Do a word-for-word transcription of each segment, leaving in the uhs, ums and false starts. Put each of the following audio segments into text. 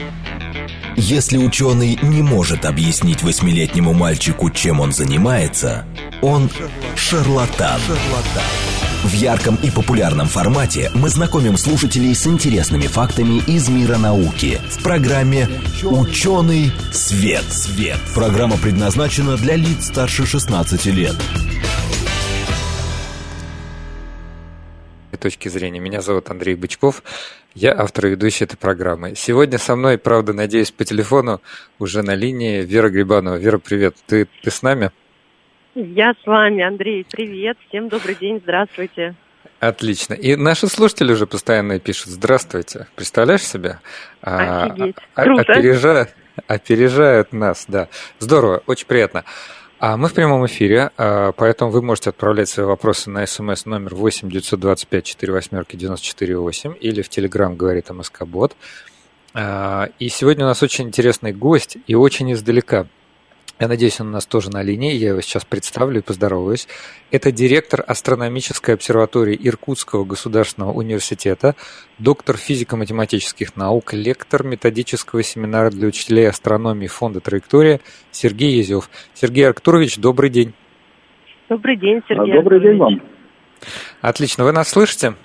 Если ученый не может объяснить восьмилетнему мальчику, чем он занимается, он шарлатан. В ярком и популярном формате мы знакомим слушателей с интересными фактами из мира науки в программе «Ученый свет». Свет. Программа предназначена для лиц старше шестнадцати лет. Точки зрения. Меня зовут Андрей Бычков. Я автор и ведущий этой программы. Сегодня со мной, правда, надеюсь, по телефону уже на линии Вера Грибанова. Вера, привет. Ты, ты с нами? Я с вами, Андрей. Привет. Всем добрый день. Здравствуйте. Отлично. И наши слушатели уже постоянно пишут «Здравствуйте». Представляешь себе? Офигеть. А, Круто. Опережают, опережают нас, да. Здорово, очень приятно. А мы в прямом эфире, поэтому вы можете отправлять свои вопросы на смс номер восемь девятьсот двадцать пять сорок восемь девяносто четыре восемь или в Телеграм говорит МСК-бот. И сегодня у нас очень интересный гость и очень издалека. Я надеюсь, он у нас тоже на линии, я его сейчас представлю и поздороваюсь. Это директор астрономической обсерватории Иркутского государственного университета, доктор физико-математических наук, лектор методического семинара для учителей астрономии фонда «Траектория» Сергей Езев. Сергей Арктурович, добрый день. Добрый день, Сергей Добрый день вам. Отлично, вы нас слышите?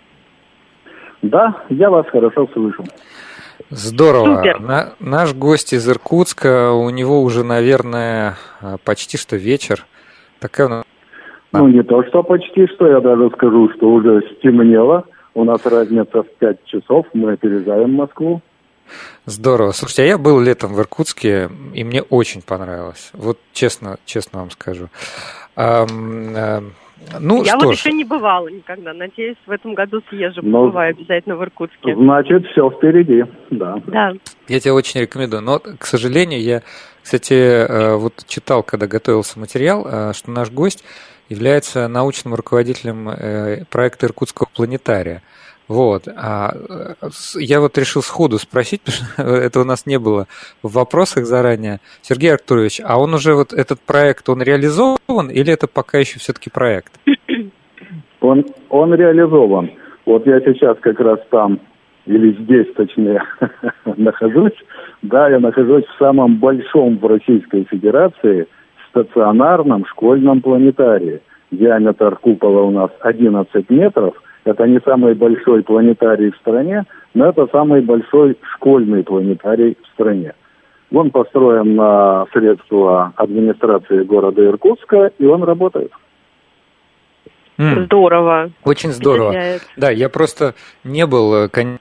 Да, я вас хорошо слышу. Здорово. На, наш гость из Иркутска, у него уже, наверное, почти что вечер. Такая у нас... Ну, не то, что почти что, я даже скажу, что уже стемнело. У нас разница в пять часов, мы опережаем Москву. Здорово. Слушайте, а я был летом в Иркутске, и мне очень понравилось. Вот честно, честно вам скажу. А, а, ну, я что вот ж. еще не бывала никогда. Надеюсь, в этом году съезжу, Но... побываю обязательно в Иркутске. Значит, все впереди, да. Да. Я тебе очень рекомендую. Но, к сожалению, я, кстати, вот читал, когда готовился материал, что наш гость является научным руководителем проекта Иркутского планетария. Вот. А я вот решил сходу спросить, потому что это у нас не было в вопросах заранее. Сергей Арктурович, а он уже вот этот проект, он реализован или это пока еще все-таки проект? Он, он реализован. Вот я сейчас как раз там, или здесь, точнее, нахожусь. Да, я нахожусь в самом большом в Российской Федерации стационарном школьном планетарии. Диаметр купола у нас одиннадцать метров. Это не самый большой планетарий в стране, но это самый большой школьный планетарий в стране. Он построен на средства администрации города Иркутска, и он работает. Mm. Здорово. Очень здорово. Впечатляет. Да, я просто не был, конечно,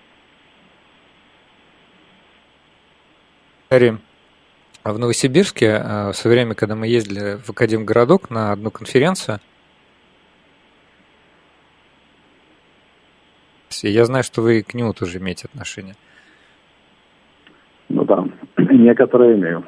в Новосибирске в свое время, когда мы ездили в Академгородок на одну конференцию. Я знаю, что вы к нему тоже имеете отношение. Ну да, некоторые имею.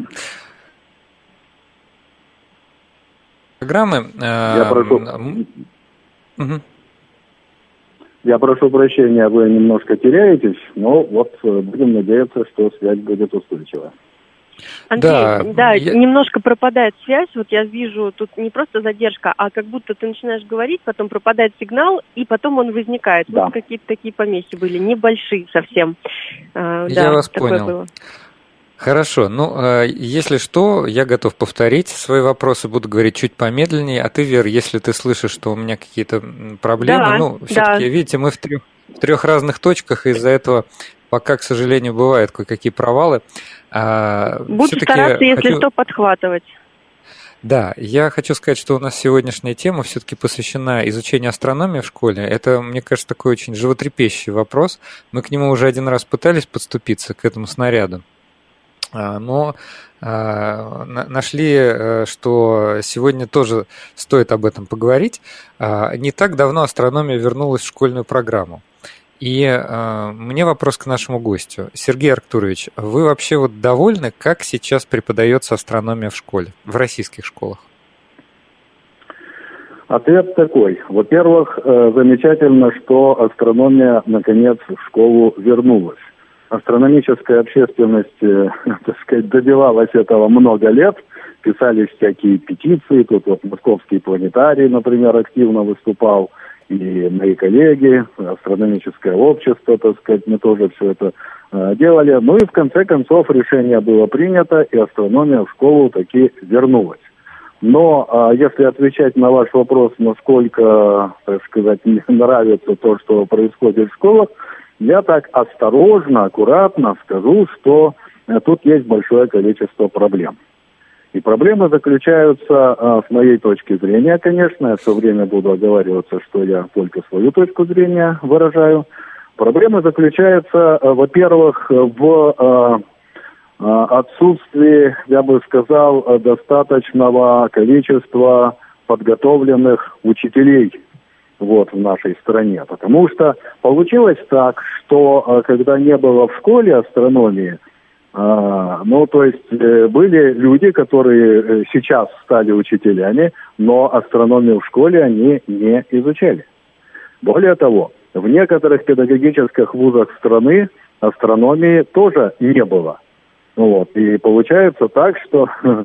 Программы. Я прошу, угу. я прошу прощения, вы немножко теряетесь, но вот будем надеяться, что связь будет устойчивая. Андрей, да, да я... немножко пропадает связь, вот я вижу, тут не просто задержка, а как будто ты начинаешь говорить, потом пропадает сигнал, и потом он возникает. Да. Вот какие-то такие помехи были, небольшие совсем. Я да, вас понял. Было. Хорошо, ну, если что, я готов повторить свои вопросы, буду говорить чуть помедленнее, а ты, Вер, если ты слышишь, что у меня какие-то проблемы, да, ну, все-таки, да. видите, мы в трех, в трех разных точках, из-за этого пока, к сожалению, бывают кое-какие провалы. Буду все-таки стараться, если хочу... что, подхватывать. Да, я хочу сказать, что у нас сегодняшняя тема все-таки посвящена изучению астрономии в школе. Это, мне кажется, такой очень животрепещущий вопрос. Мы к нему уже один раз пытались подступиться, к этому снаряду. Но нашли, что сегодня тоже стоит об этом поговорить. Не так давно астрономия вернулась в школьную программу. И э, мне вопрос к нашему гостю. Сергей Арктурович, вы вообще вот довольны, как сейчас преподается астрономия в школе, в российских школах? Ответ такой. Во-первых, э, замечательно, что астрономия наконец в школу вернулась. Астрономическая общественность, э, так сказать, добивалась этого много лет. Писались всякие петиции. Тут вот Московский планетарий, например, активно выступал. И мои коллеги, астрономическое общество, так сказать, мы тоже все это делали. Ну и в конце концов решение было принято, и астрономия в школу таки вернулась. Но а, если отвечать на ваш вопрос, насколько, так сказать, мне нравится то, что происходит в школах, я так осторожно, аккуратно скажу, что а, тут есть большое количество проблем. И проблемы заключаются, а, с моей точки зрения, конечно, я все время буду оговариваться, что я только свою точку зрения выражаю. Проблемы заключаются, а, во-первых, в... А, отсутствие, я бы сказал, достаточного количества подготовленных учителей вот, в нашей стране. Потому что получилось так, что когда не было в школе астрономии, ну, то есть были люди, которые сейчас стали учителями, но астрономию в школе они не изучали. Более того, в некоторых педагогических вузах страны астрономии тоже не было. Вот. И получается так, что э,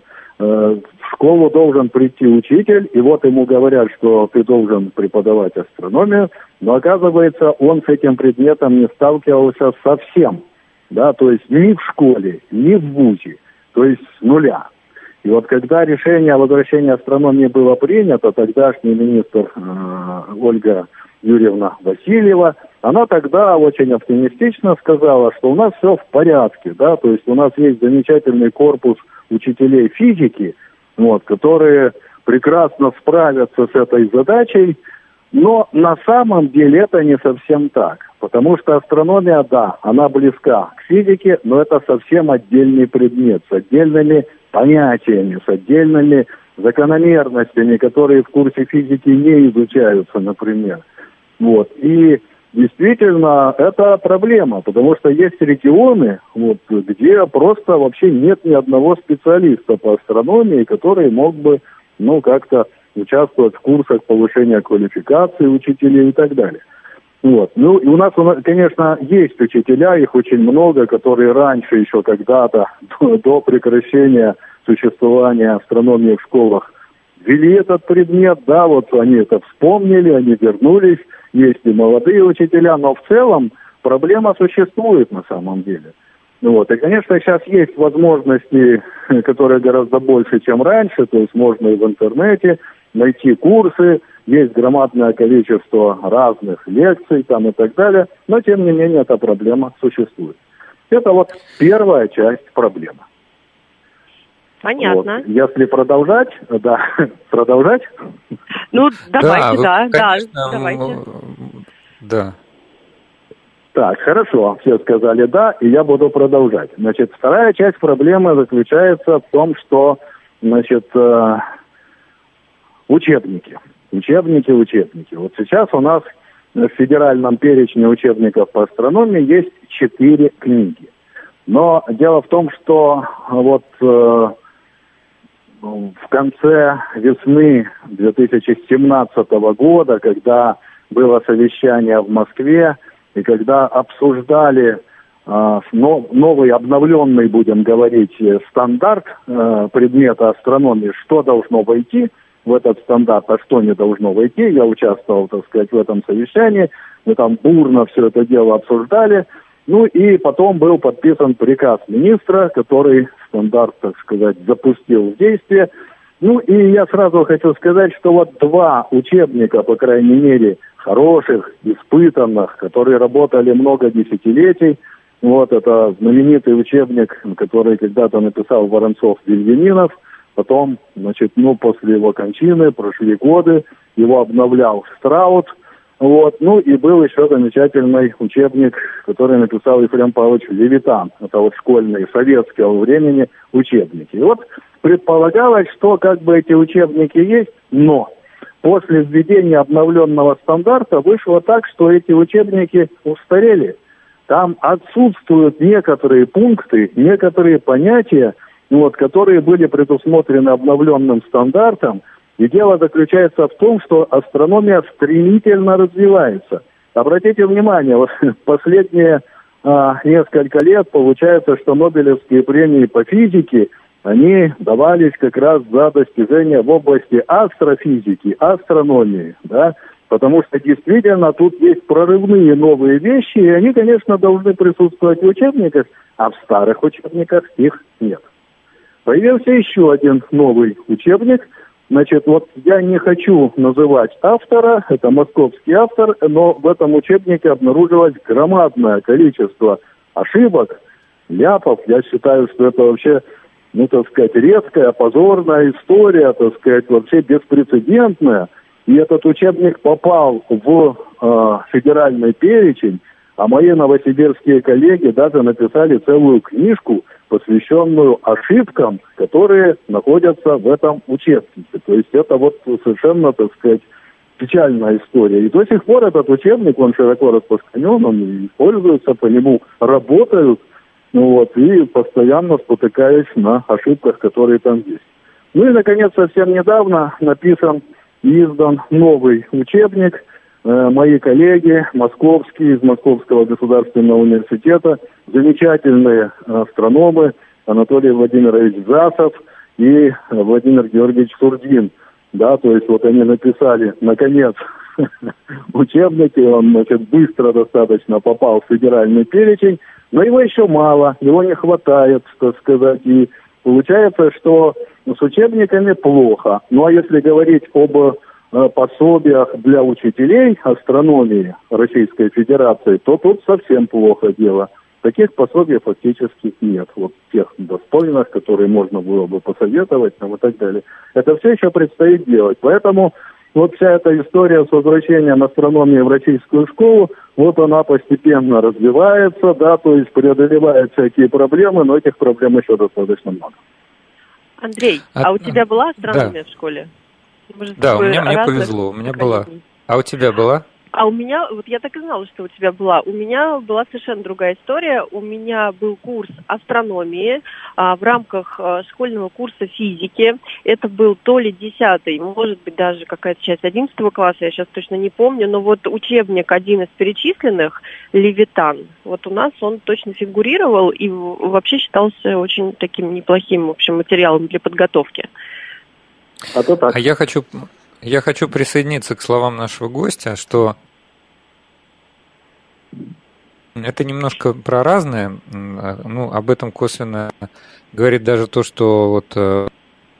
в школу должен прийти учитель, и вот ему говорят, что ты должен преподавать астрономию, но оказывается, он с этим предметом не сталкивался совсем, да, то есть ни в школе, ни в вузе, то есть с нуля. И вот когда решение о возвращении астрономии было принято, тогдашний министр э, Ольга Юрьевна Васильева, она тогда очень оптимистично сказала, что у нас все в порядке, да, то есть у нас есть замечательный корпус учителей физики, вот, которые прекрасно справятся с этой задачей, но на самом деле это не совсем так, потому что астрономия, да, она близка к физике, но это совсем отдельный предмет, с отдельными понятиями, с отдельными закономерностями, которые в курсе физики не изучаются, например. Вот. И действительно, это проблема, потому что есть регионы, вот, где просто вообще нет ни одного специалиста по астрономии, который мог бы, ну, как-то участвовать в курсах повышения квалификации учителей и так далее. Вот. Ну, и у нас, конечно, есть учителя, их очень много, которые раньше, еще когда-то, до, до прекращения существования астрономии в школах, ввели этот предмет, да, вот они это вспомнили, они вернулись, есть и молодые учителя, но в целом проблема существует на самом деле. Вот. И, конечно, сейчас есть возможности, которые гораздо больше, чем раньше, то есть можно и в интернете найти курсы, есть громадное количество разных лекций там и так далее, но, тем не менее, эта проблема существует. Это вот первая часть проблемы. Понятно. Вот. Если продолжать, да, продолжать? Ну, давайте, да, да, да, конечно, давайте. Да. Так, хорошо, все сказали «да», и я буду продолжать. Значит, вторая часть проблемы заключается в том, что, значит, э, учебники, учебники, учебники. Вот сейчас у нас в федеральном перечне учебников по астрономии есть четыре книги. Но дело в том, что вот э, в конце весны две тысячи семнадцатого года, когда было совещание в Москве, и когда обсуждали э, нов, новый, обновленный, будем говорить, стандарт э, предмета астрономии, что должно войти в этот стандарт, а что не должно войти, я участвовал, так сказать, в этом совещании, мы там бурно все это дело обсуждали. Ну и потом был подписан приказ министра, который стандарт, так сказать, запустил в действие. Ну и я сразу хочу сказать, что вот два учебника, по крайней мере, хороших, испытанных, которые работали много десятилетий. Вот это знаменитый учебник, который когда-то написал Воронцов-Вильяминов. Потом, значит, ну после его кончины прошли годы, его обновлял Штраут. Вот. Ну и был еще замечательный учебник, который написал Ефрем Павлович Левитан. Это вот школьные советского времени учебники. И вот предполагалось, что как бы эти учебники есть, но после введения обновленного стандарта вышло так, что эти учебники устарели. Там отсутствуют некоторые пункты, некоторые понятия, вот, которые были предусмотрены обновленным стандартом. И дело заключается в том, что астрономия стремительно развивается. Обратите внимание, вот последние а, несколько лет получается, что Нобелевские премии по физике, они давались как раз за достижения в области астрофизики, астрономии, да. Потому что действительно тут есть прорывные новые вещи, и они, конечно, должны присутствовать в учебниках, а в старых учебниках их нет. Появился еще один новый учебник. Значит, вот я не хочу называть автора, это московский автор, но в этом учебнике обнаружилось громадное количество ошибок, ляпов. Я считаю, что это вообще, ну, так сказать, редкая, позорная история, так сказать, вообще беспрецедентная. И этот учебник попал в э, федеральный перечень, а мои новосибирские коллеги даже написали целую книжку, посвященную ошибкам, которые находятся в этом учебнике. То есть это вот совершенно, так сказать, печальная история. И до сих пор этот учебник, он широко распространен, он используется, по нему работают, ну вот, и постоянно спотыкаясь на ошибках, которые там есть. Ну и, наконец, совсем недавно написан и издан новый учебник. Мои коллеги, московские, из Московского государственного университета, замечательные астрономы Анатолий Владимирович Засов и Владимир Георгиевич Сурдин. Да, то есть вот они написали, наконец, учебники, он, значит, быстро достаточно попал в федеральный перечень, но его еще мало, его не хватает, так сказать, и получается, что с учебниками плохо. Ну а если говорить об пособиях для учителей астрономии Российской Федерации, то тут совсем плохо дело. Таких пособий фактически нет. Вот тех достойных, которые можно было бы посоветовать нам и так далее. Это все еще предстоит делать. Поэтому вот вся эта история с возвращением астрономии в российскую школу, вот она постепенно развивается, да, то есть преодолевает всякие проблемы, но этих проблем еще достаточно много. Андрей, а, а у тебя была астрономия да. в школе? Может, да, у меня мне повезло, у меня была. А у тебя была? А у меня, вот я так и знала, что у тебя была. У меня была совершенно другая история. У меня был курс астрономии а, в рамках а, школьного курса физики. Это был то ли десятый, может быть, даже какая-то часть одиннадцатого класса, я сейчас точно не помню. Но вот учебник, один из перечисленных, «Левитан», вот у нас он точно фигурировал и вообще считался очень таким неплохим, в общем, материалом для подготовки. А, то так. а я хочу, я хочу присоединиться к словам нашего гостя, что это немножко про разное. Ну, об этом косвенно говорит даже то, что вот...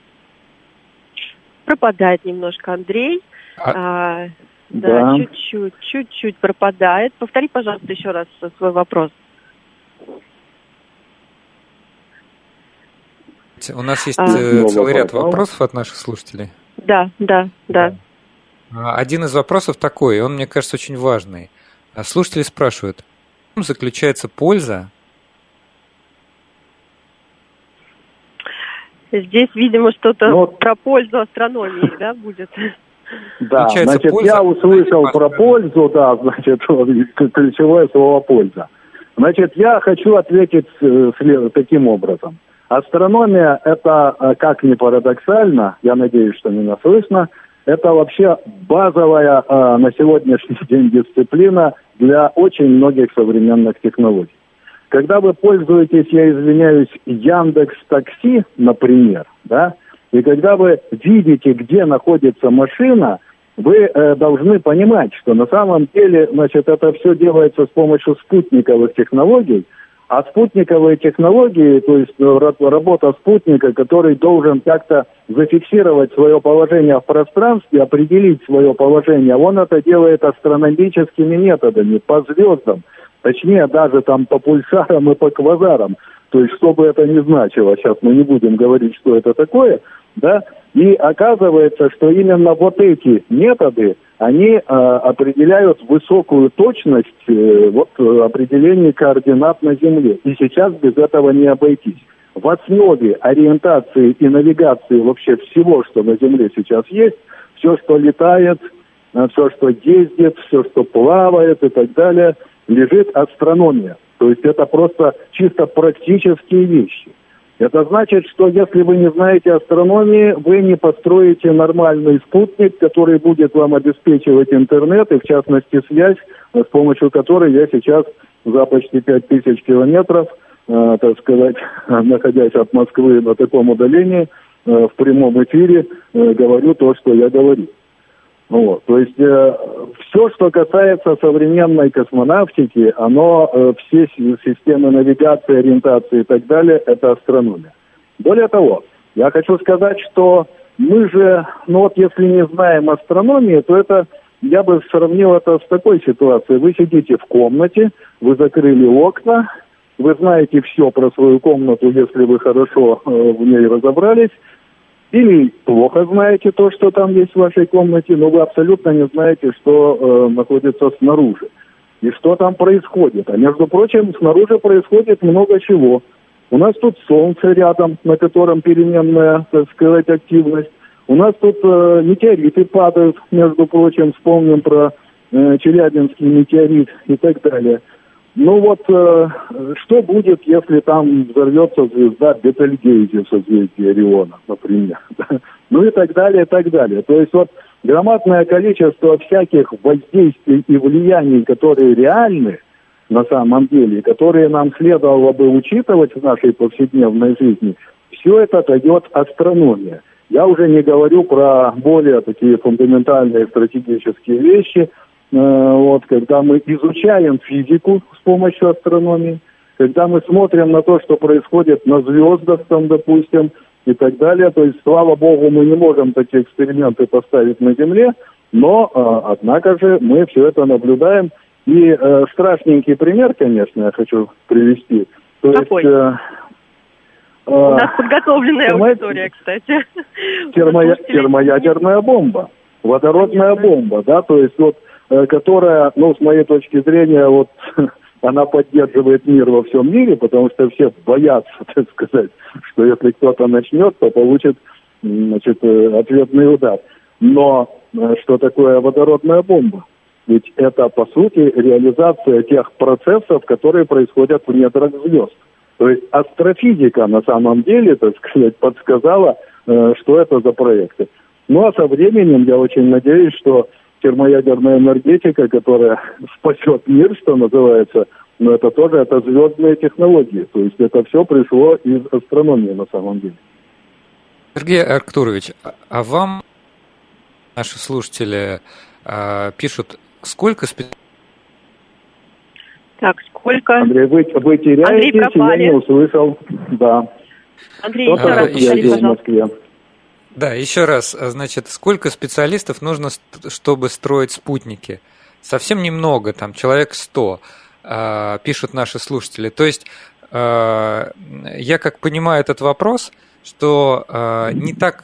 Пропадает немножко Андрей. А... А, да, да, чуть-чуть, чуть-чуть пропадает. Повтори, пожалуйста, еще раз свой вопрос. У нас есть а, целый ряд вопросов от наших слушателей. Да, да, да. Один из вопросов такой, он, мне кажется, очень важный. Слушатели спрашивают, в чем заключается польза? Здесь, видимо, что-то ну, про пользу астрономии, да, будет? Да, значит, польза, я услышал про пользу, да, значит, ключевое слово «польза». Значит, я хочу ответить таким образом. Астрономия – это, как ни парадоксально, я надеюсь, что меня слышно, это вообще базовая э, на сегодняшний день дисциплина для очень многих современных технологий. Когда вы пользуетесь, я извиняюсь, Яндекс.Такси, например, да, и когда вы видите, где находится машина, вы э, должны понимать, что на самом деле, значит, это все делается с помощью спутниковых технологий. А спутниковые технологии, то есть работа спутника, который должен как-то зафиксировать свое положение в пространстве, определить свое положение, он это делает астрономическими методами, по звездам, точнее даже там по пульсарам и по квазарам. То есть, что бы это ни значило, сейчас мы не будем говорить, что это такое, да, и оказывается, что именно вот эти методы, они э, определяют высокую точность э, вот, определения координат на Земле. И сейчас без этого не обойтись. В основе ориентации и навигации вообще всего, что на Земле сейчас есть, все, что летает, все, что ездит, все, что плавает и так далее, лежит астрономия. То есть это просто чисто практические вещи. Это значит, что если вы не знаете астрономии, вы не построите нормальный спутник, который будет вам обеспечивать интернет и, в частности, связь, с помощью которой я сейчас за почти пять тысяч километров, э, так сказать, находясь от Москвы на таком удалении, э, в прямом эфире э, говорю то, что я говорю. Вот. То есть э, все, что касается современной космонавтики, оно, э, все системы навигации, ориентации и так далее, это астрономия. Более того, я хочу сказать, что мы же, ну вот если не знаем астрономии, то это, я бы сравнил это с такой ситуацией. Вы сидите в комнате, вы закрыли окна, вы знаете все про свою комнату, если вы хорошо э, в ней разобрались, или плохо знаете то, что там есть в вашей комнате, но вы абсолютно не знаете, что э, находится снаружи и что там происходит. А между прочим, снаружи происходит много чего. У нас тут солнце рядом, на котором переменная, так сказать, активность. У нас тут э, метеориты падают, между прочим, вспомним про э, Челябинский метеорит и так далее. Ну вот, э, что будет, если там взорвется звезда Бетельгейзе в созвездии Ориона, например? Ну и так далее, и так далее. То есть вот громадное количество всяких воздействий и влияний, которые реальны на самом деле, которые нам следовало бы учитывать в нашей повседневной жизни, все это дает астрономия. Я уже не говорю про более такие фундаментальные стратегические вещи, вот, когда мы изучаем физику с помощью астрономии, когда мы смотрим на то, что происходит на звездах, там, допустим, и так далее. То есть, слава богу, мы не можем такие эксперименты поставить на Земле, но, э, однако же, мы все это наблюдаем. И э, страшненький пример, конечно, я хочу привести. То Какой? есть, э, э, У нас подготовленная термо... аудитория, кстати. Термо... Термоядерная бомба, водородная Конечно. бомба, да, то есть вот которая, ну, с моей точки зрения, вот, она поддерживает мир во всем мире, потому что все боятся, так сказать, что если кто-то начнет, то получит, значит, ответный удар. Но что такое водородная бомба? Ведь это, по сути, реализация тех процессов, которые происходят в недрах звезд. То есть астрофизика, на самом деле, так сказать, подсказала, что это за проекты. Ну, а со временем, я очень надеюсь, что термоядерная энергетика, которая спасет мир, что называется, но это тоже это звездные технологии. То есть это все пришло из астрономии на самом деле. Сергей Арктурович, а вам наши слушатели а, пишут, сколько специалистов? Так, сколько? Андрей, вы, вы теряетесь, я не услышал. Да. Андрей, еще раз повтори, пожалуйста. Да, еще раз, значит, сколько специалистов нужно, чтобы строить спутники? Совсем немного, там, человек сто, э, пишут наши слушатели. То есть, э, я как понимаю этот вопрос, что э, не так...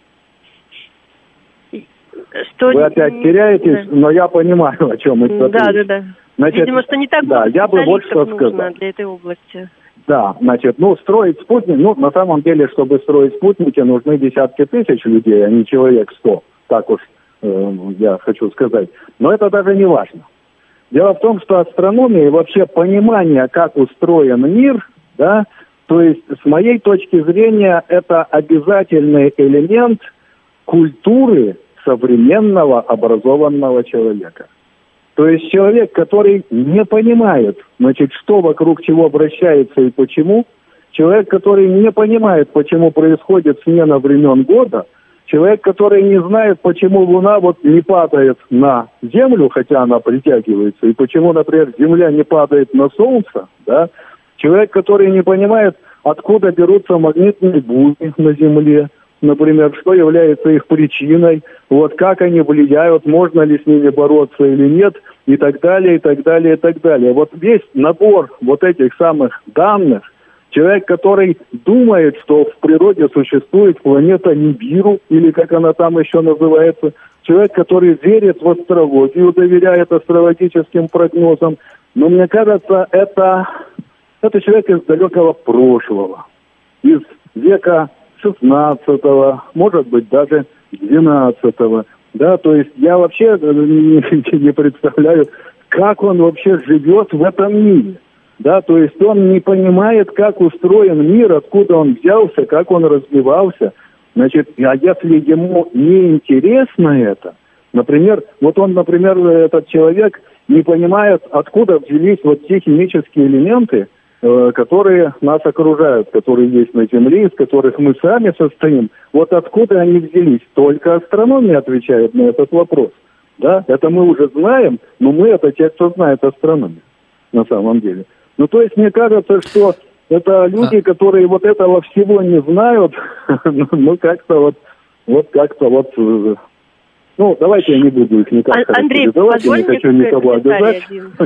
Что... Вы опять теряетесь, да. Но я понимаю, о чем это. Да, да, да. Значит, видимо, что не так да, я бы вот что нужно сказал. Для этой области. Да, значит, ну, строить спутник, ну, на самом деле, чтобы строить спутники, нужны десятки тысяч людей, а не человек сто, так уж э, я хочу сказать. Но это даже не важно. Дело в том, что астрономия и вообще понимание, как устроен мир, да, то есть, с моей точки зрения, это обязательный элемент культуры современного образованного человека. То есть человек, который не понимает, значит, что вокруг чего обращается и почему, человек, который не понимает, почему происходит смена времен года, человек, который не знает, почему Луна вот не падает на Землю, хотя она притягивается, и почему, например, Земля не падает на Солнце, да, человек, который не понимает, откуда берутся магнитные бури на Земле, например, что является их причиной, вот как они влияют, можно ли с ними бороться или нет, и так далее, и так далее, и так далее. Вот весь набор вот этих самых данных, человек, который думает, что в природе существует планета Нибиру, или как она там еще называется, человек, который верит в астрологию, доверяет астрологическим прогнозам, но мне кажется, это, это человек из далекого прошлого, из века шестнадцатого, может быть, даже двенадцатого. Да, то есть я вообще не, не представляю, как он вообще живет в этом мире. Да, то есть он не понимает, как устроен мир, откуда он взялся, как он развивался. Значит, а если ему не интересно это, например, вот он, например, этот человек не понимает, откуда взялись вот те химические элементы, которые нас окружают, которые есть на Земле, из которых мы сами состоим. Вот откуда они взялись? Только астрономия отвечает на этот вопрос. Да? Это мы уже знаем, но мы это те, кто знает астрономию на самом деле. Ну, то есть мне кажется, что это люди, которые вот этого всего не знают, ну, как-то вот, вот как-то вот... Ну, давайте я не буду их никак характеризовать, я не хочу никого обижать.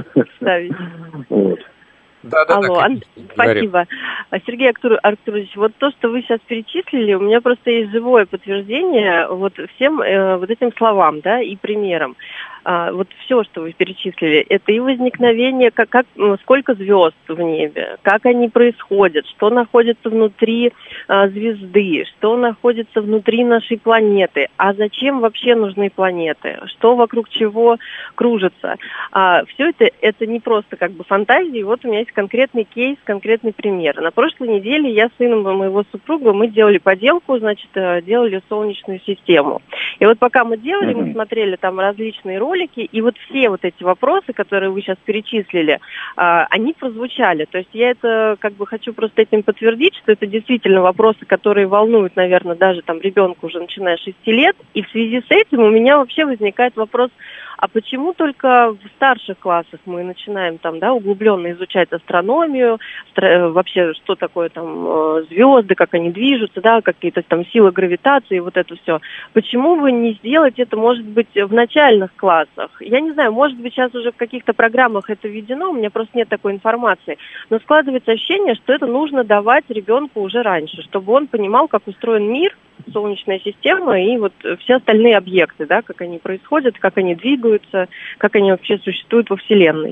Вот. Да, да, Алло, Ан... спасибо. Сергей Артурович, вот то, что вы сейчас перечислили, у меня просто есть живое подтверждение вот всем э, вот этим словам, да, и примерам. А, вот все, что вы перечислили, это и возникновение, как, как, ну, сколько звезд в небе, как они происходят, что находится внутри а, звезды, что находится внутри нашей планеты, а зачем вообще нужны планеты, что вокруг чего кружится. А, все это, это не просто как бы фантазии, вот у меня есть конкретный кейс, конкретный пример. На прошлой неделе я с сыном моего супруга, мы делали поделку, значит, делали солнечную систему. И вот пока мы делали, мы смотрели там различные ролики, ролики, и вот все вот эти вопросы, которые вы сейчас перечислили, они прозвучали. То есть я это как бы хочу просто этим подтвердить, что это действительно вопросы, которые волнуют, наверное, даже там ребенка уже начиная с шести лет, и в связи с этим у меня вообще возникает вопрос, а почему только в старших классах мы начинаем там, да, углубленно изучать астрономию, вообще, что такое там звезды, как они движутся, да, какие-то там силы гравитации, вот это все. Почему бы не сделать это, может быть, в начальных классах? Я не знаю, может быть, сейчас уже в каких-то программах это введено, у меня просто нет такой информации, но складывается ощущение, что это нужно давать ребенку уже раньше, чтобы он понимал, как устроен мир, Солнечная система и вот все остальные объекты, да, как они происходят, как они двигаются, как они вообще существуют во Вселенной.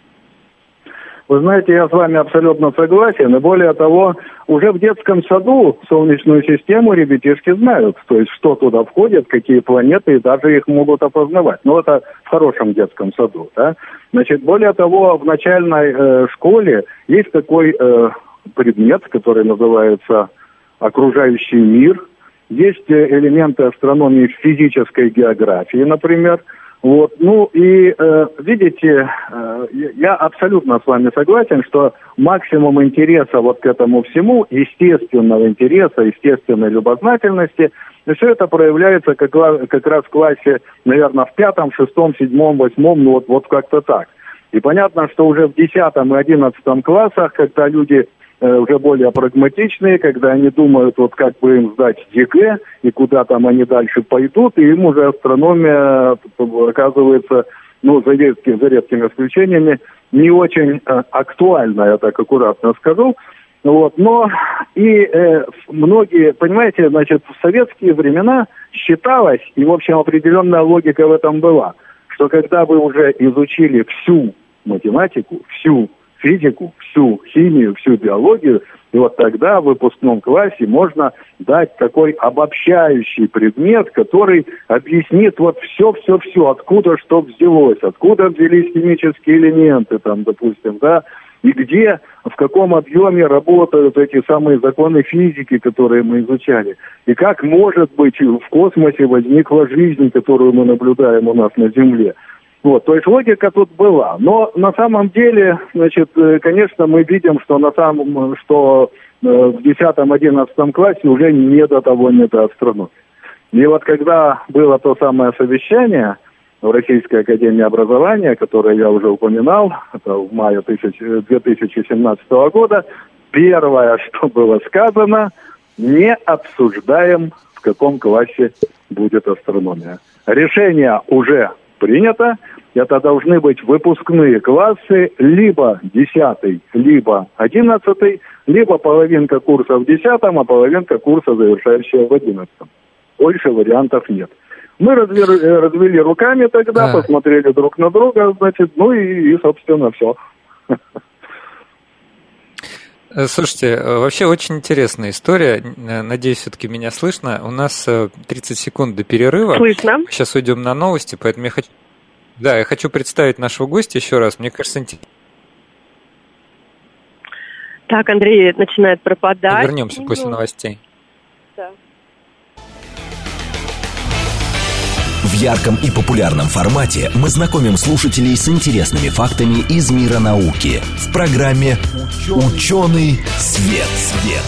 Вы знаете, я с вами абсолютно согласен, и более того, уже в детском саду Солнечную систему ребятишки знают, то есть что туда входит, какие планеты, и даже их могут опознавать. Но это в хорошем детском саду, да. Значит, более того, в начальной э, школе есть такой э, предмет, который называется окружающий мир. Есть элементы астрономии в физической географии, например. Вот. Ну и, э, видите, э, я абсолютно с вами согласен, что максимум интереса вот к этому всему, естественного интереса, естественной любознательности, все это проявляется как, как раз в классе, наверное, в пятом, шестом, седьмом, восьмом, ну вот, вот как-то так. И понятно, что уже в десятом и одиннадцатом классах, когда люди уже более прагматичные, когда они думают, вот как бы им сдать ЕГЭ, и куда там они дальше пойдут, и им уже астрономия оказывается, ну, за редкими, за редкими исключениями, не очень э, актуальна, я так аккуратно скажу. Вот, но и э, многие, понимаете, значит, в советские времена считалось, и, в общем, определенная логика в этом была, что когда вы уже изучили всю математику, всю физику, всю химию, всю биологию, и вот тогда в выпускном классе можно дать такой обобщающий предмет, который объяснит вот все-все-все, откуда что взялось, откуда взялись химические элементы, там, допустим, да, и где, в каком объеме работают эти самые законы физики, которые мы изучали, и как, может быть, в космосе возникла жизнь, которую мы наблюдаем у нас на Земле. Вот, то есть логика тут была. Но на самом деле, значит, конечно, мы видим, что на самом, что в десятом-одиннадцатом классе уже не до того, не до астрономии. И вот когда было то самое совещание в Российской академии образования, которое я уже упоминал, это в мае две тысячи семнадцатого года, первое, что было сказано, не обсуждаем, в каком классе будет астрономия. Решение уже принято. Это должны быть выпускные классы, либо десятый, либо одиннадцатый, либо половинка курса в десятом, а половинка курса, завершающая в одиннадцатом. Больше вариантов нет. Мы развели, развели руками тогда, а. посмотрели друг на друга, значит, ну и, и собственно, все. Слушайте, вообще очень интересная история. Надеюсь, все-таки меня слышно. У нас тридцать секунд до перерыва. Слышно. Сейчас уйдем на новости, поэтому я хочу... Да, я хочу представить нашего гостя еще раз. Мне кажется, интересно. Так, Андрей начинает пропадать. Вернемся после новостей. Да. В ярком и популярном формате мы знакомим слушателей с интересными фактами из мира науки в программе «Ученый свет». Свет.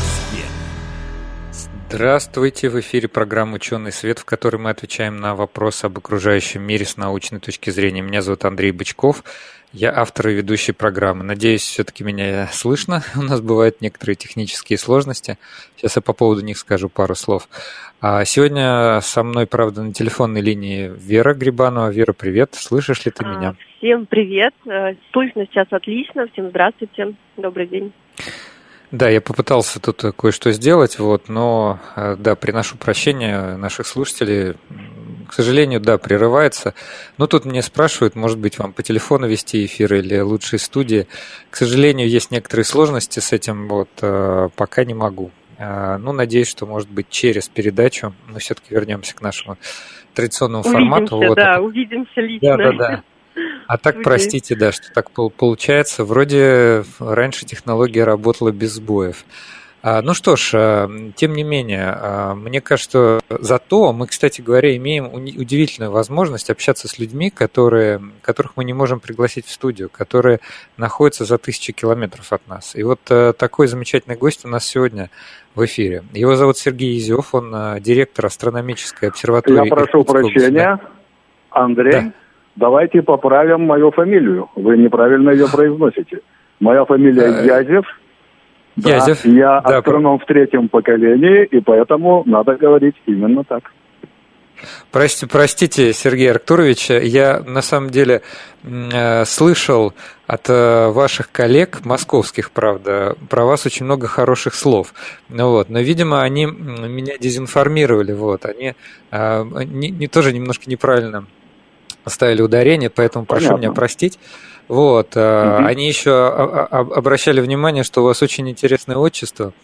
Здравствуйте, в эфире программа «Ученый свет», в которой мы отвечаем на вопросы об окружающем мире с научной точки зрения. Меня зовут Андрей Бычков, я автор и ведущий программы. Надеюсь, все-таки меня слышно. У нас бывают некоторые технические сложности. Сейчас я по поводу них скажу пару слов. А сегодня со мной, правда, на телефонной линии Вера Грибанова. Вера, привет. Слышишь ли ты меня? Всем привет. Слышно сейчас отлично. Всем здравствуйте. Добрый день. Да, я попытался тут кое-что сделать, вот, но, да, приношу прощения наших слушателей. К сожалению, да, прерывается. Но тут мне спрашивают, может быть, вам по телефону вести эфир или лучше из студии. К сожалению, есть некоторые сложности с этим, вот, пока не могу. Ну, надеюсь, что, может быть, через передачу мы все-таки вернемся к нашему традиционному увидимся, формату. Да, вот. да, увидимся лично. Да, да, да. А так, простите, да, что так получается. Вроде раньше технология работала без сбоев. Ну что ж, тем не менее, мне кажется, зато мы, кстати говоря, имеем удивительную возможность общаться с людьми, которые, которых мы не можем пригласить в студию, которые находятся за тысячи километров от нас. И вот такой замечательный гость у нас сегодня в эфире. Его зовут Сергей Изев, он директор астрономической обсерватории. Я прошу прощения, Андрей. Да. Давайте поправим мою фамилию. Вы неправильно ее произносите. Моя фамилия Язев. Язев. Да, я астроном в третьем поколении, и поэтому надо говорить именно так. Прости, простите, Сергей Арктурович, я на самом деле э, слышал от э, ваших коллег, московских, правда, про вас очень много хороших слов. Ну, вот, но, видимо, они меня дезинформировали. Вот, они э, не, не, тоже немножко неправильно ставили ударение, поэтому прошу Понятно. меня простить. Вот, угу. Они еще обращали внимание, что у вас очень интересное отчество.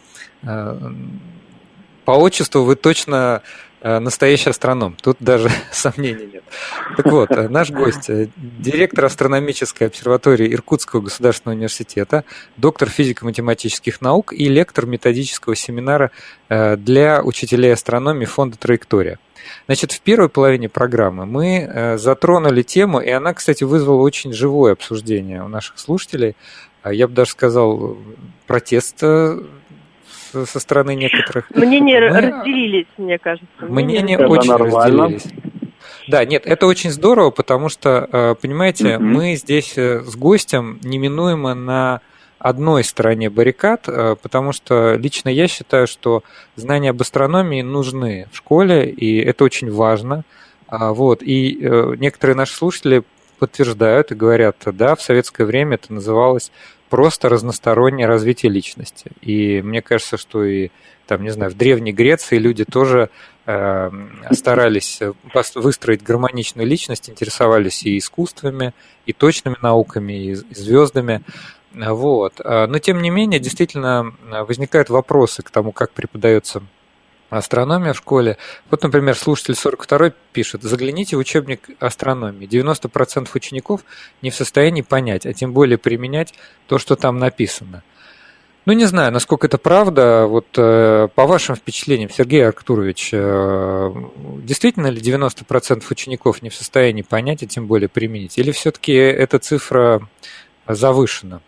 По отчеству вы точно настоящий астроном. Тут даже сомнений нет. Так вот, наш гость, директор астрономической обсерватории Иркутского государственного университета, доктор физико-математических наук и лектор методического семинара для учителей астрономии фонда «Траектория». Значит, в первой половине программы мы затронули тему, и она, кстати, вызвала очень живое обсуждение у наших слушателей. Я бы даже сказал, протест со стороны некоторых. Мнения мы... разделились, мне кажется. Мнения это очень нормально. разделились. Да, нет, это очень здорово, потому что, понимаете, mm-hmm. мы здесь с гостем неминуемо на одной стороне баррикад, потому что лично я считаю, что знания об астрономии нужны в школе, и это очень важно. Вот. И некоторые наши слушатели подтверждают и говорят, да, в советское время это называлось просто разностороннее развитие личности. И мне кажется, что и там, не знаю, в Древней Греции люди тоже э, старались выстроить гармоничную личность, интересовались и искусствами, и точными науками, и, и звездами. Вот. Но, тем не менее, действительно возникают вопросы к тому, как преподается астрономия в школе. Вот, например, слушатель сорок второй пишет: загляните в учебник астрономии. девяносто процентов учеников не в состоянии понять, а тем более применять то, что там написано. Ну, не знаю, насколько это правда. Вот по вашим впечатлениям, Сергей Арктурович, действительно ли девяносто процентов учеников не в состоянии понять, а тем более применить? Или все-таки эта цифра завышена?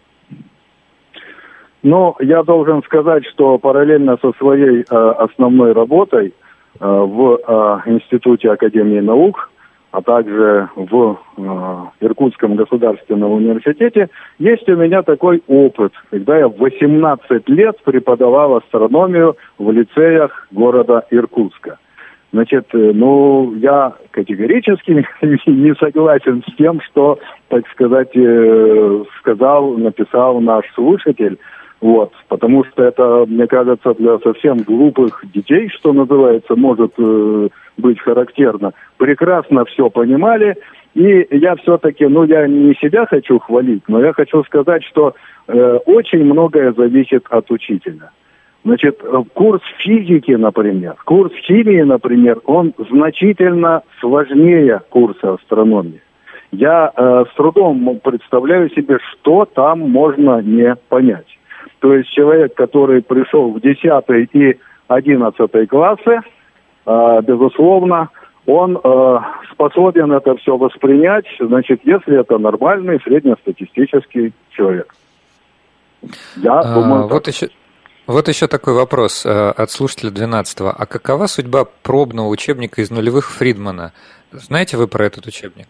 Ну, я должен сказать, что параллельно со своей э, основной работой э, в э, Институте Академии наук, а также в э, Иркутском государственном университете, есть у меня такой опыт, когда я в восемнадцать лет преподавал астрономию в лицеях города Иркутска. Значит, ну, я категорически не согласен с тем, что, так сказать, э, сказал, написал наш слушатель. Вот, потому что это, мне кажется, для совсем глупых детей, что называется, может э, быть характерно. Прекрасно все понимали, и я все-таки, ну, я не себя хочу хвалить, но я хочу сказать, что э, очень многое зависит от учителя. Значит, курс физики, например, курс химии, например, он значительно сложнее курса астрономии. Я э, с трудом представляю себе, что там можно не понять. То есть человек, который пришел в десятый и одиннадцатый классы, э, безусловно, он э, способен это все воспринять, значит, если это нормальный среднестатистический человек. Я а, думаю, вот еще, вот еще такой вопрос э, от слушателя двенадцатого. А какова судьба пробного учебника из нулевых Фридмана? Знаете вы про этот учебник?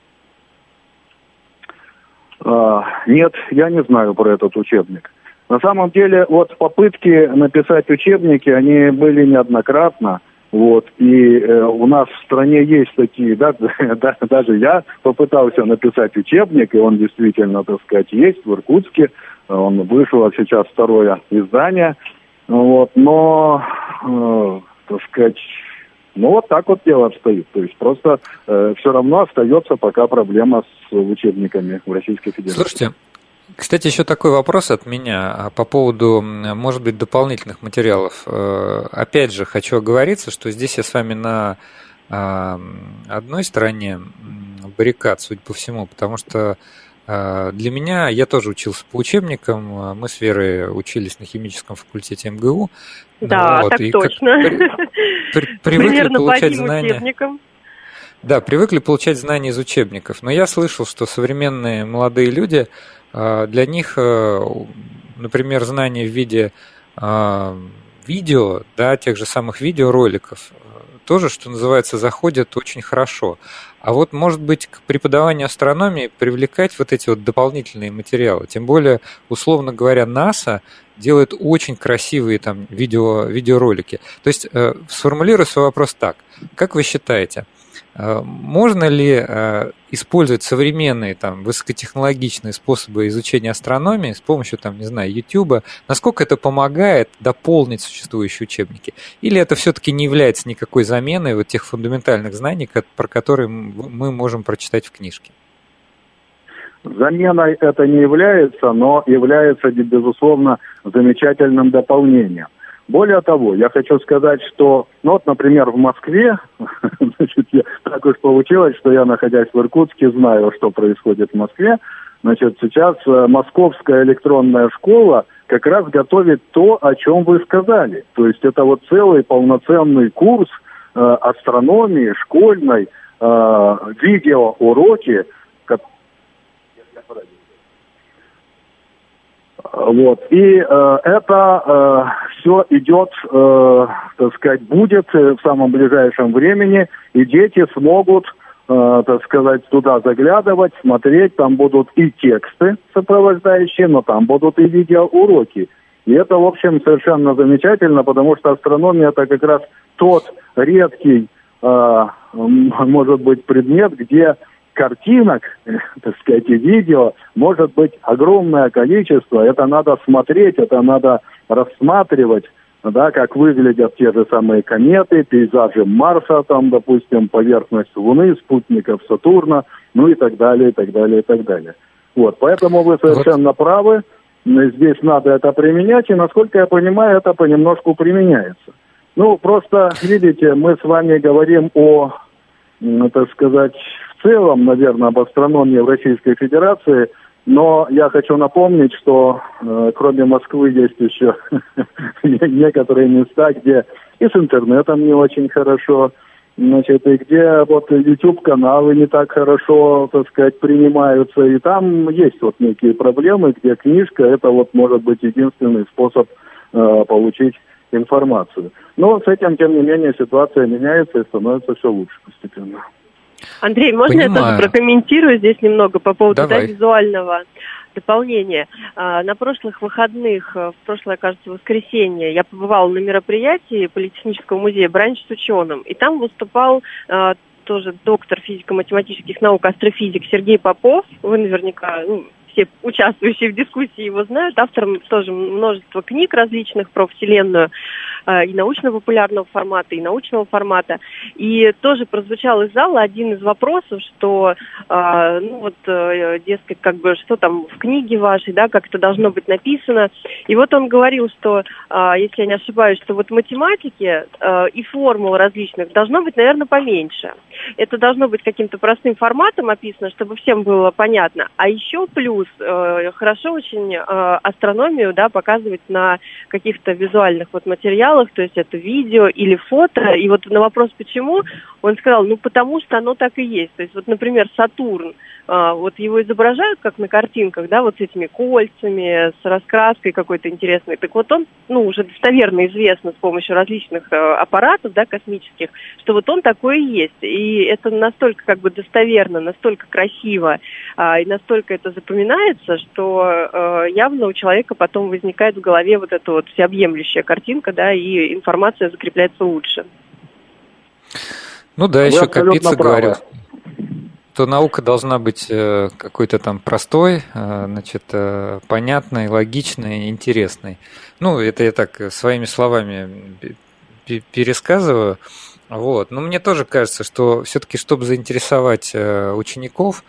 А, нет, я не знаю про этот учебник. На самом деле, вот попытки написать учебники, они были неоднократно. Вот, и э, у нас в стране есть такие, да, да, даже я попытался написать учебник, и он действительно, так сказать, есть в Иркутске. Он вышел, а сейчас второе издание. Вот, но, э, так сказать, ну вот так вот дело обстоит. То есть просто э, все равно остается пока проблема с учебниками в Российской Федерации. Слушайте, кстати, еще такой вопрос от меня по поводу, может быть, дополнительных материалов. Опять же, хочу оговориться, что здесь я с вами на одной стороне баррикад, судя по всему, потому что для меня, я тоже учился по учебникам, мы с Верой учились на химическом факультете эм гэ у. Да, вот, так и точно. При, при, привыкли Примерно получать по знания. Учебникам. Да, привыкли получать знания из учебников, но я слышал, что современные молодые люди, для них, например, знания в виде видео, да, тех же самых видеороликов, тоже, что называется, заходят очень хорошо. А вот, может быть, к преподаванию астрономии привлекать вот эти вот дополнительные материалы. Тем более, условно говоря, НАСА делает очень красивые там видео, видеоролики. То есть, сформулирую свой вопрос так. Как вы считаете, можно ли использовать современные там, высокотехнологичные способы изучения астрономии с помощью, там, не знаю, YouTube? Насколько это помогает дополнить существующие учебники? Или это все-таки не является никакой заменой вот тех фундаментальных знаний, про которые мы можем прочитать в книжке? Заменой это не является, но является, безусловно, замечательным дополнением. Более того, я хочу сказать, что, ну вот, например, в Москве, значит, я, так уж получилось, что я, находясь в Иркутске, знаю, что происходит в Москве. Значит, сейчас э, Московская электронная школа как раз готовит то, о чем вы сказали. То есть это вот целый полноценный курс э, астрономии, школьной, э, видеоуроки. Вот. И э, это э, все идет, э, так сказать, будет в самом ближайшем времени, и дети смогут, э, так сказать, туда заглядывать, смотреть, там будут и тексты сопровождающие, но там будут и видеоуроки. И это, в общем, совершенно замечательно, потому что астрономия это как раз тот редкий, э, может быть, предмет, где картинок, так сказать, и видео может быть огромное количество. Это надо смотреть, это надо рассматривать, да, как выглядят те же самые кометы, пейзажи Марса, там, допустим, поверхность Луны, спутников Сатурна, ну и так далее, и так далее, и так далее. Вот, поэтому вы совершенно вот правы. Здесь надо это применять, и, насколько я понимаю, это понемножку применяется. Ну, просто, видите, мы с вами говорим о, так сказать, в целом, наверное, об астрономии в Российской Федерации, но я хочу напомнить, что э, кроме Москвы есть еще некоторые места, где и с интернетом не очень хорошо, значит, и где вот YouTube-каналы не так хорошо, так сказать, принимаются, и там есть вот некие проблемы, где книжка, это вот может быть единственный способ э, получить информацию. Но с этим, тем не менее, ситуация меняется и становится все лучше постепенно. Андрей, можно Понимаю. я тоже прокомментирую здесь немного по поводу да, визуального дополнения? А, на прошлых выходных, в прошлое, кажется, воскресенье, я побывала на мероприятии Политехнического музея «Бранч с ученым», и там выступал а, тоже доктор физико-математических наук, астрофизик Сергей Попов. Вы наверняка... Ну, все участвующие в дискуссии его знают, автор тоже множество книг различных про Вселенную, э, и научно-популярного формата, и научного формата. И тоже прозвучал из зала один из вопросов, что, э, ну вот, э, дескать, как бы, что там в книге вашей, да, как это должно быть написано. И вот он говорил, что, э, если я не ошибаюсь, что вот математики э, и формул различных должно быть, наверное, поменьше. Это должно быть каким-то простым форматом описано, чтобы всем было понятно. А еще плюс хорошо очень астрономию, да, показывать на каких-то визуальных вот материалах, материалах, то есть это видео или фото. И вот на вопрос «почему?» он сказал, ну потому что оно так и есть. То есть вот, например, Сатурн, вот его изображают как на картинках, да, вот с этими кольцами, с раскраской какой-то интересной. Так вот он, ну, уже достоверно известно с помощью различных аппаратов, да, космических, что вот он такой и есть. И это настолько как бы достоверно, настолько красиво и настолько это запоминается, что явно у человека потом возникает в голове вот эта вот всеобъемлющая картинка, да, и информация закрепляется лучше. Ну да, Вы еще Капица говорил, то наука должна быть какой-то там простой, значит, понятной, логичной, интересной. Ну, это я так своими словами пересказываю. Вот. Но мне тоже кажется, что все-таки, чтобы заинтересовать учеников,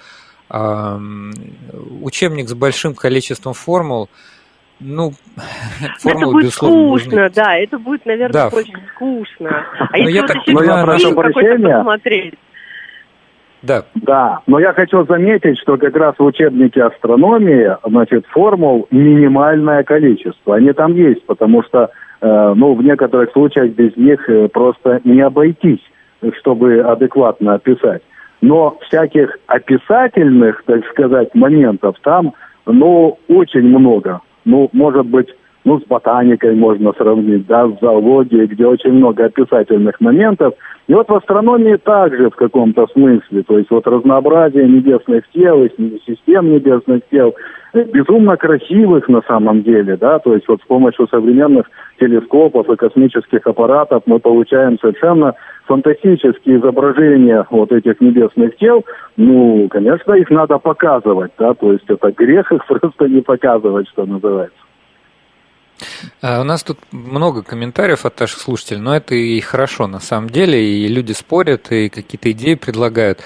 учебник с большим количеством формул, ну, формулы, это будет безусловно, скучно, нужны. Да, это будет, наверное, да. очень скучно. А но если я вот так еще понимаю, фильм какой-то посмотреть? Да. Да, но я хочу заметить, что как раз в учебнике астрономии, значит, формул минимальное количество. Они там есть, потому что, э, ну, в некоторых случаях без них просто не обойтись, чтобы адекватно описать. Но всяких описательных, так сказать, моментов там, ну, очень много. Ну, может быть, ну, с ботаникой можно сравнить, да, с зоологией, где очень много описательных моментов. И вот в астрономии также в каком-то смысле, то есть вот разнообразие небесных тел, систем небесных тел, безумно красивых на самом деле, да, то есть вот с помощью современных телескопов и космических аппаратов мы получаем совершенно фантастические изображения вот этих небесных тел. Ну, конечно, их надо показывать, да, то есть это грех их просто не показывать, что называется. У нас тут много комментариев от наших слушателей, но это и хорошо на самом деле, и люди спорят, и какие-то идеи предлагают.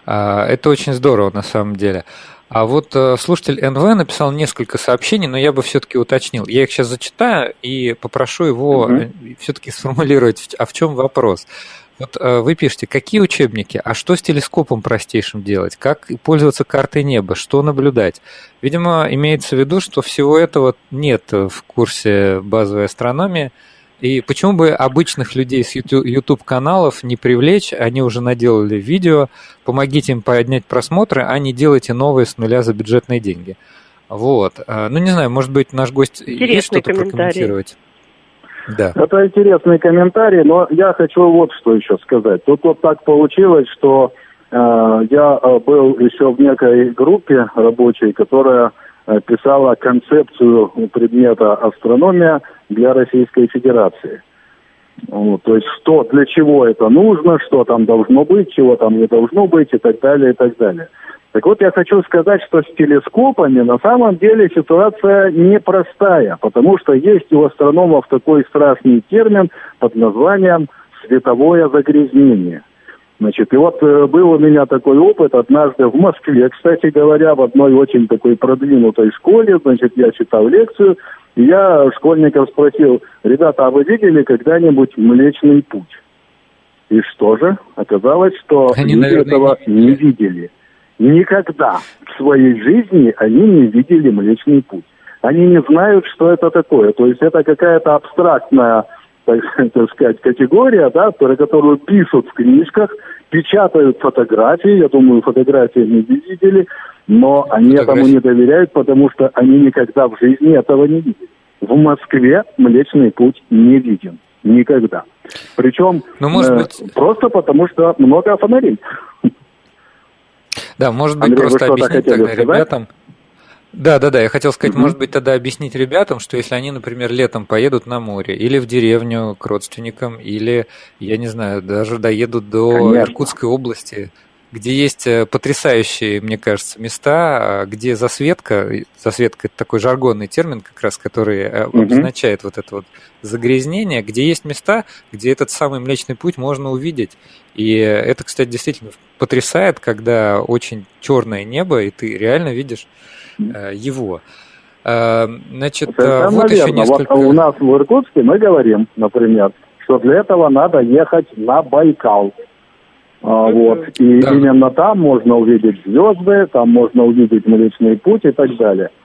Это очень здорово на самом деле. А вот слушатель эн вэ написал несколько сообщений, но я бы все-таки уточнил. Я их сейчас зачитаю и попрошу его угу. все-таки сформулировать, а в чем вопрос. Вот вы пишете, какие учебники, а что с телескопом простейшим делать, как пользоваться картой неба, что наблюдать. Видимо, имеется в виду, что всего этого нет в курсе базовой астрономии, и почему бы обычных людей с YouTube-каналов не привлечь, они уже наделали видео, помогите им поднять просмотры, а не делайте новые с нуля за бюджетные деньги. Вот. Ну, не знаю, может быть, наш гость Интересный есть что-то прокомментировать? Да. Это интересный комментарий, но я хочу вот что еще сказать. Тут вот так получилось, что э, я был еще в некой группе рабочей, которая э, писала концепцию предмета астрономия для Российской Федерации. Вот, то есть что, для чего это нужно, что там должно быть, чего там не должно быть и так далее, и так далее. Так вот, я хочу сказать, что с телескопами на самом деле ситуация непростая, потому что есть у астрономов такой страшный термин под названием «световое загрязнение». Значит, и вот э, был у меня такой опыт однажды в Москве, кстати говоря, в одной очень такой продвинутой школе, значит, я читал лекцию, и я школьников спросил: ребята, а вы видели когда-нибудь Млечный Путь? И что же? Оказалось, что они, люди наверное, этого не, не видели. Никогда в своей жизни они не видели Млечный Путь. Они не знают, что это такое. То есть это какая-то абстрактная, так, так сказать, категория, да, про которую пишут в книжках, печатают фотографии. Я думаю, фотографии они не видели, но они этому не доверяют, потому что они никогда в жизни этого не видели. В Москве Млечный Путь не виден. Никогда. Причем ну, может быть... э, просто потому, что много фонарей. Да, может быть, Андрей, просто объяснить тогда сказать? ребятам. Да, да, да, я хотел сказать, угу. может быть, тогда объяснить ребятам, что если они, например, летом поедут на море или в деревню к родственникам, или, я не знаю, даже доедут до Конечно. Иркутской области, где есть потрясающие, мне кажется, места, где засветка, засветка – это такой жаргонный термин как раз, который угу. обозначает вот это вот загрязнение, где есть места, где этот самый Млечный Путь можно увидеть. И это, кстати, действительно потрясает, когда очень черное небо, и ты реально видишь э, его. Э, значит, Совершенно вот верно. еще несколько... Вот у нас в Иркутске мы говорим, например, что для этого надо ехать на Байкал. А, вот. И да. именно там можно увидеть звезды, там можно увидеть Млечный Путь и так далее.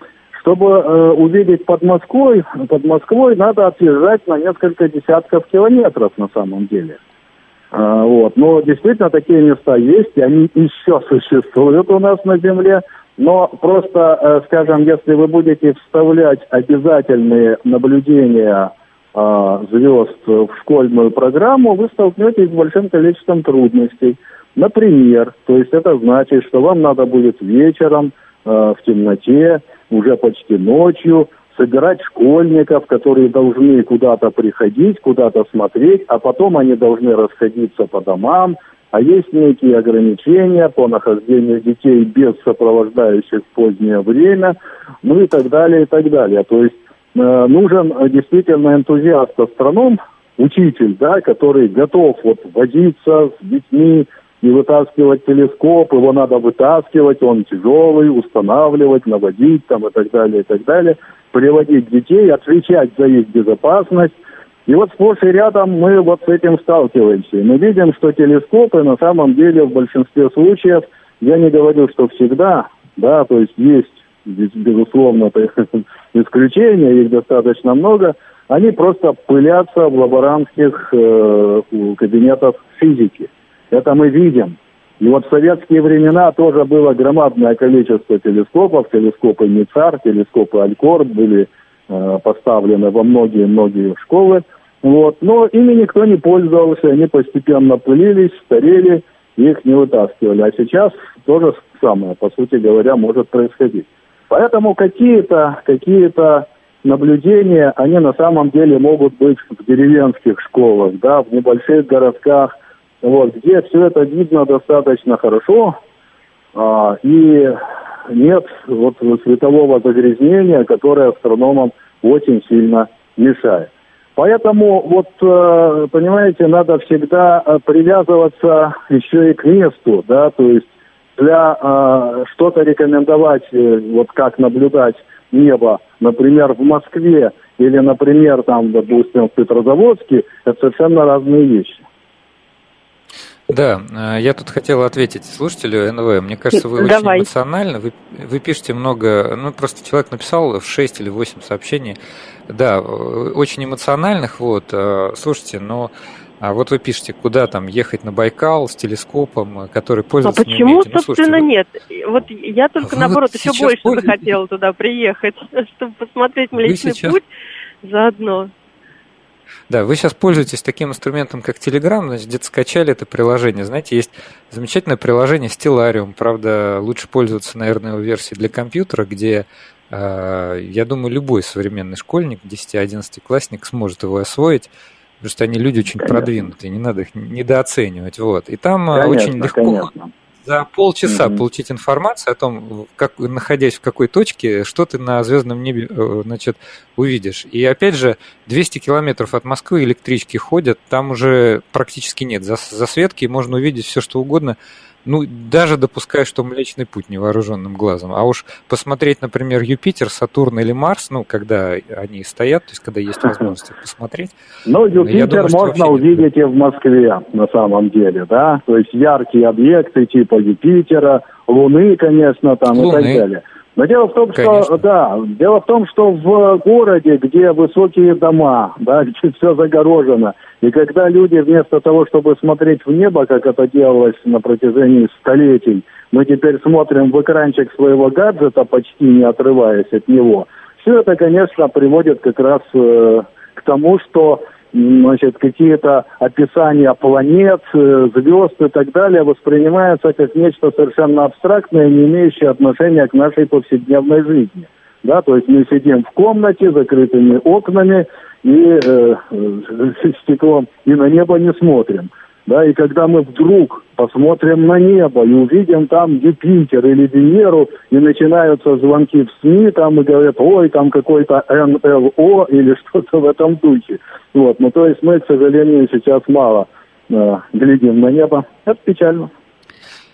Чтобы э, увидеть под Москвой, под Москвой надо отъезжать на несколько десятков километров на самом деле. А, вот. Но действительно такие места есть, и они еще существуют у нас на Земле. Но просто, э, скажем, если вы будете вставлять обязательные наблюдения э, звезд в школьную программу, вы столкнетесь с большим количеством трудностей. Например, то есть это значит, что вам надо будет вечером э, в темноте, уже почти ночью, собирать школьников, которые должны куда-то приходить, куда-то смотреть, а потом они должны расходиться по домам, а есть некие ограничения по нахождению детей без сопровождающих в позднее время, ну и так далее, и так далее. То есть э, нужен действительно энтузиаст-астроном, учитель, да, который готов вот возиться с детьми, и вытаскивать телескоп, его надо вытаскивать, он тяжелый, устанавливать, наводить там и так далее, и так далее, приводить детей, отвечать за их безопасность. И вот сплошь и рядом мы вот с этим сталкиваемся. И мы видим, что телескопы на самом деле в большинстве случаев, я не говорю, что всегда, да, то есть есть, безусловно, исключения, их достаточно много, они просто пылятся в лаборантских э, кабинетах физики. Это мы видим. И вот в советские времена тоже было громадное количество телескопов, телескопы МИЦАР, телескопы Алькорд были э, поставлены во многие-многие школы. Вот. Но ими никто не пользовался, они постепенно пылились, старели, их не вытаскивали. А сейчас то же самое, по сути говоря, может происходить. Поэтому какие-то, какие-то наблюдения, они на самом деле могут быть в деревенских школах, да, в небольших городках, вот, где все это видно достаточно хорошо, а, и нет вот светового загрязнения, которое астрономам очень сильно мешает. Поэтому, вот, понимаете, надо всегда привязываться еще и к месту, да, то есть для а, что-то рекомендовать, вот как наблюдать небо, например, в Москве или, например, там, допустим, в Петрозаводске, это совершенно разные вещи. Да, я тут хотел ответить слушателю эн вэ. Мне кажется, вы Давай. очень эмоциональны. Вы, вы пишете много, ну, просто человек написал в шесть или восемь сообщений. Да, очень эмоциональных, вот. Слушайте, но вот вы пишете, куда там ехать на Байкал с телескопом, который пользуется. А почему, не умеете? Ну, собственно, слушайте, нет? Вот я только, вы наоборот, вот еще больше пользуетесь... захотела туда приехать, чтобы посмотреть Млечный сейчас... Путь заодно. Да, вы сейчас пользуетесь таким инструментом, как Telegram, значит, где-то скачали это приложение. Знаете, есть замечательное приложение Stellarium, правда, лучше пользоваться, наверное, его версией для компьютера, где, э, я думаю, любой современный школьник, десять-одиннадцатиклассник сможет его освоить, потому что они люди очень конечно. Продвинутые, не надо их недооценивать. Вот. И там конечно, очень легко... Конечно. За полчаса mm-hmm. получить информацию о том, как, находясь в какой точке, что ты на звездном небе, значит, увидишь. И опять же, двести километров от Москвы электрички ходят, там уже практически нет засветки, можно увидеть все, что угодно. Ну, даже допуская, что Млечный Путь невооруженным глазом. А уж посмотреть, например, Юпитер, Сатурн или Марс, ну, когда они стоят, то есть когда есть возможность их посмотреть. Ну, Юпитер думаю, можно увидеть и в Москве, на самом деле, да? То есть яркие объекты типа Юпитера, Луны, конечно, там Луны. И так далее. Но дело в том, конечно. что, да, дело в том, что в городе, где высокие дома, да, где все загорожено, и когда люди вместо того, чтобы смотреть в небо, как это делалось на протяжении столетий, мы теперь смотрим в экранчик своего гаджета, почти не отрываясь от него, все это, конечно, приводит как раз э, к тому, что значит, какие-то описания планет, звезд и так далее воспринимаются как нечто совершенно абстрактное, не имеющее отношения к нашей повседневной жизни. Да, то есть мы сидим в комнате с закрытыми окнами и э, стеклом, и на небо не смотрим. Да, и когда мы вдруг посмотрим на небо и увидим там Юпитер или Венеру, и начинаются звонки в СМИ, там и говорят, ой, там какой-то эн эл о или что-то в этом духе. Вот, ну то есть мы, к сожалению, сейчас мало э, глядим на небо. Это печально.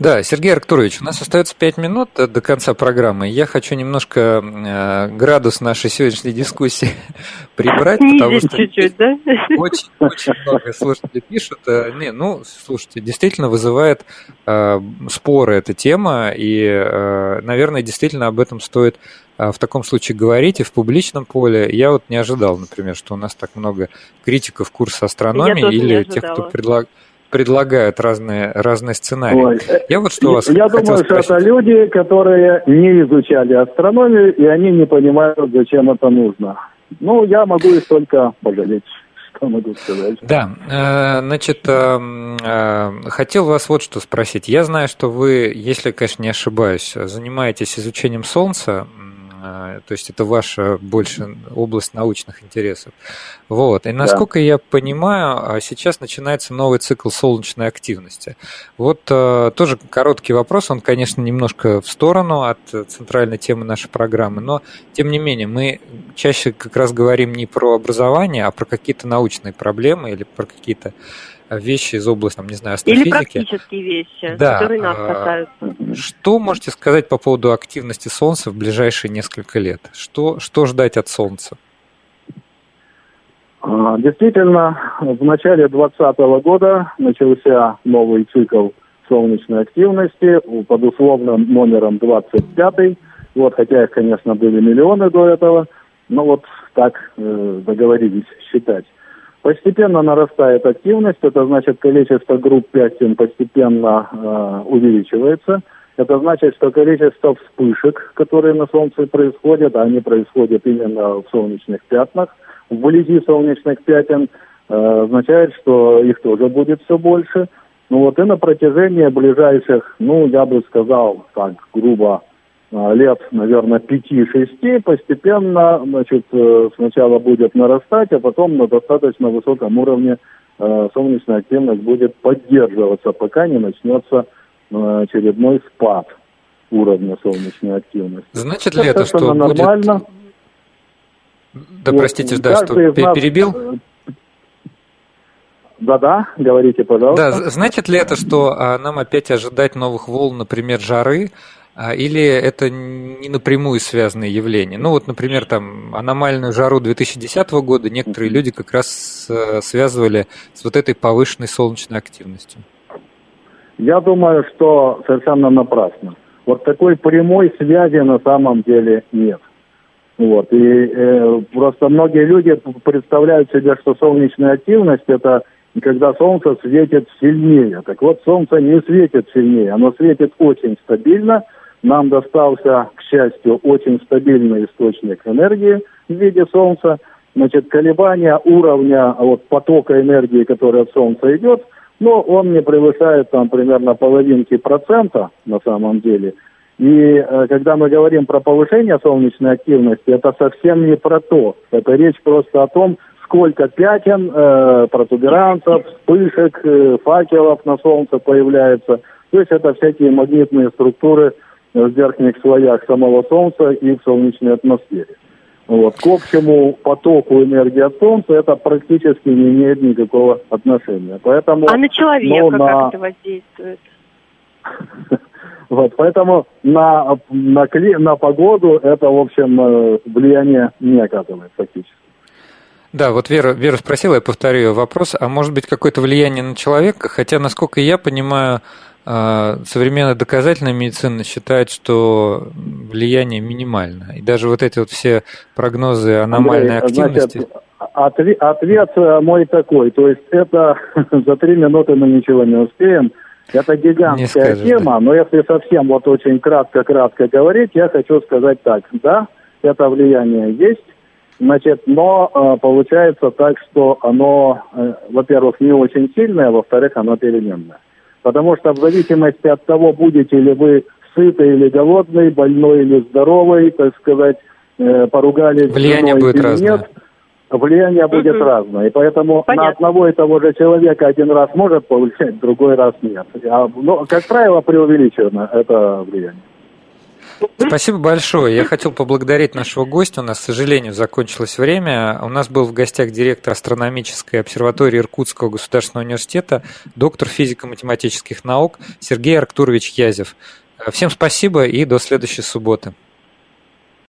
Да, Сергей Арктурович, у нас остается пять минут до конца программы. Я хочу немножко э, градус нашей сегодняшней дискуссии прибрать, потому что чуть-чуть, да? Очень, очень много слушателей пишут. Не, ну, слушайте, действительно вызывает э, споры эта тема, и, э, наверное, действительно об этом стоит э, в таком случае говорить и в публичном поле. Я вот не ожидал, например, что у нас так много критиков курса астрономии или тех, кто предлагает предлагают разные, разные сценарии. Ой, я вот что вас Я думаю, спросить. Что это люди, которые не изучали астрономию, и они не понимают, зачем это нужно. Ну, я могу их только пожалеть. Что могу сказать? Да, значит, хотел вас вот что спросить. Я знаю, что вы, если, конечно, не ошибаюсь, занимаетесь изучением Солнца, то есть это ваша больше область научных интересов. Вот. И насколько да. я понимаю, сейчас начинается новый цикл солнечной активности. Вот тоже короткий вопрос, он, конечно, немножко в сторону от центральной темы нашей программы, но, тем не менее, мы чаще как раз говорим не про образование, а про какие-то научные проблемы или про какие-то вещи из области, там, не знаю, астрофизики. Или практические вещи, да. которые нас касаются. Что можете сказать по поводу активности Солнца в ближайшие несколько лет? Что, что ждать от Солнца? Действительно, в начале двадцатого года начался новый цикл солнечной активности под условным номером двадцать пятый. Вот, хотя их, конечно, были миллионы до этого, но вот так э, договорились считать. Постепенно нарастает активность, это значит, количество групп пятен постепенно э, увеличивается. Это значит, что количество вспышек, которые на Солнце происходят, они происходят именно в солнечных пятнах, вблизи солнечных пятен, э, означает, что их тоже будет все больше. Ну вот и на протяжении ближайших, ну я бы сказал так грубо, лет, наверное, пяти-шести, постепенно, значит, сначала будет нарастать, а потом на достаточно высоком уровне э, солнечная активность будет поддерживаться, пока не начнется э, очередной спад уровня солнечной активности. Значит ли это, что нормально? Будет... Да, вот, простите, да, что нас... перебил? Да-да, говорите, пожалуйста. Да, значит ли это, что а, нам опять ожидать новых волн, например, жары, или это не напрямую связанные явления? Ну вот, например, там аномальную жару две тысячи десятого года некоторые люди как раз связывали с вот этой повышенной солнечной активностью. Я думаю, что совершенно напрасно. Вот такой прямой связи на самом деле нет. Вот. И э, просто многие люди представляют себе, что солнечная активность – это когда солнце светит сильнее. Так вот, солнце не светит сильнее, оно светит очень стабильно. Нам достался, к счастью, очень стабильный источник энергии в виде Солнца. Значит, колебания уровня вот, потока энергии, который от Солнца идет, но он не превышает там примерно половинки процента на самом деле. И э, когда мы говорим про повышение солнечной активности, это совсем не про то. Это речь просто о том, сколько пятен, э, протуберанцев, вспышек, э, факелов на Солнце появляется. То есть это всякие магнитные структуры в верхних слоях самого Солнца и в солнечной атмосфере. Вот. К общему потоку энергии от Солнца это практически не имеет никакого отношения. Поэтому, а на человека ну, на... как это воздействует? Вот, поэтому на, на, на погоду это, в общем, влияние не оказывает фактически. Да, вот Вера, Вера спросила, я повторю ее вопрос, а может быть какое-то влияние на человека? Хотя, насколько я понимаю, современная доказательная медицина считает, что влияние минимально. И даже вот эти вот все прогнозы аномальной Андрей, активности... Значит, ответ, ответ мой такой, то есть это за три минуты мы ничего не успеем. Это гигантская скажешь, тема, да. Но если совсем вот очень кратко-кратко говорить, я хочу сказать так. Да, это влияние есть, значит, но э, получается так, что оно, э, во-первых, не очень сильное, а во-вторых, оно переменное. Потому что в зависимости от того, будете ли вы сытый или голодный, больной или здоровый, так сказать, э, поругались влияние будет или разное. Нет, влияние будет mm-hmm. разное. И поэтому Понятно. На одного и того же человека один раз может повлиять, другой раз нет. А, но, как правило, преувеличено это влияние. Спасибо большое. Я хотел поблагодарить нашего гостя. У нас, к сожалению, закончилось время. У нас был в гостях директор астрономической обсерватории Иркутского государственного университета, доктор физико-математических наук Сергей Арктурович Язев. Всем спасибо и до следующей субботы.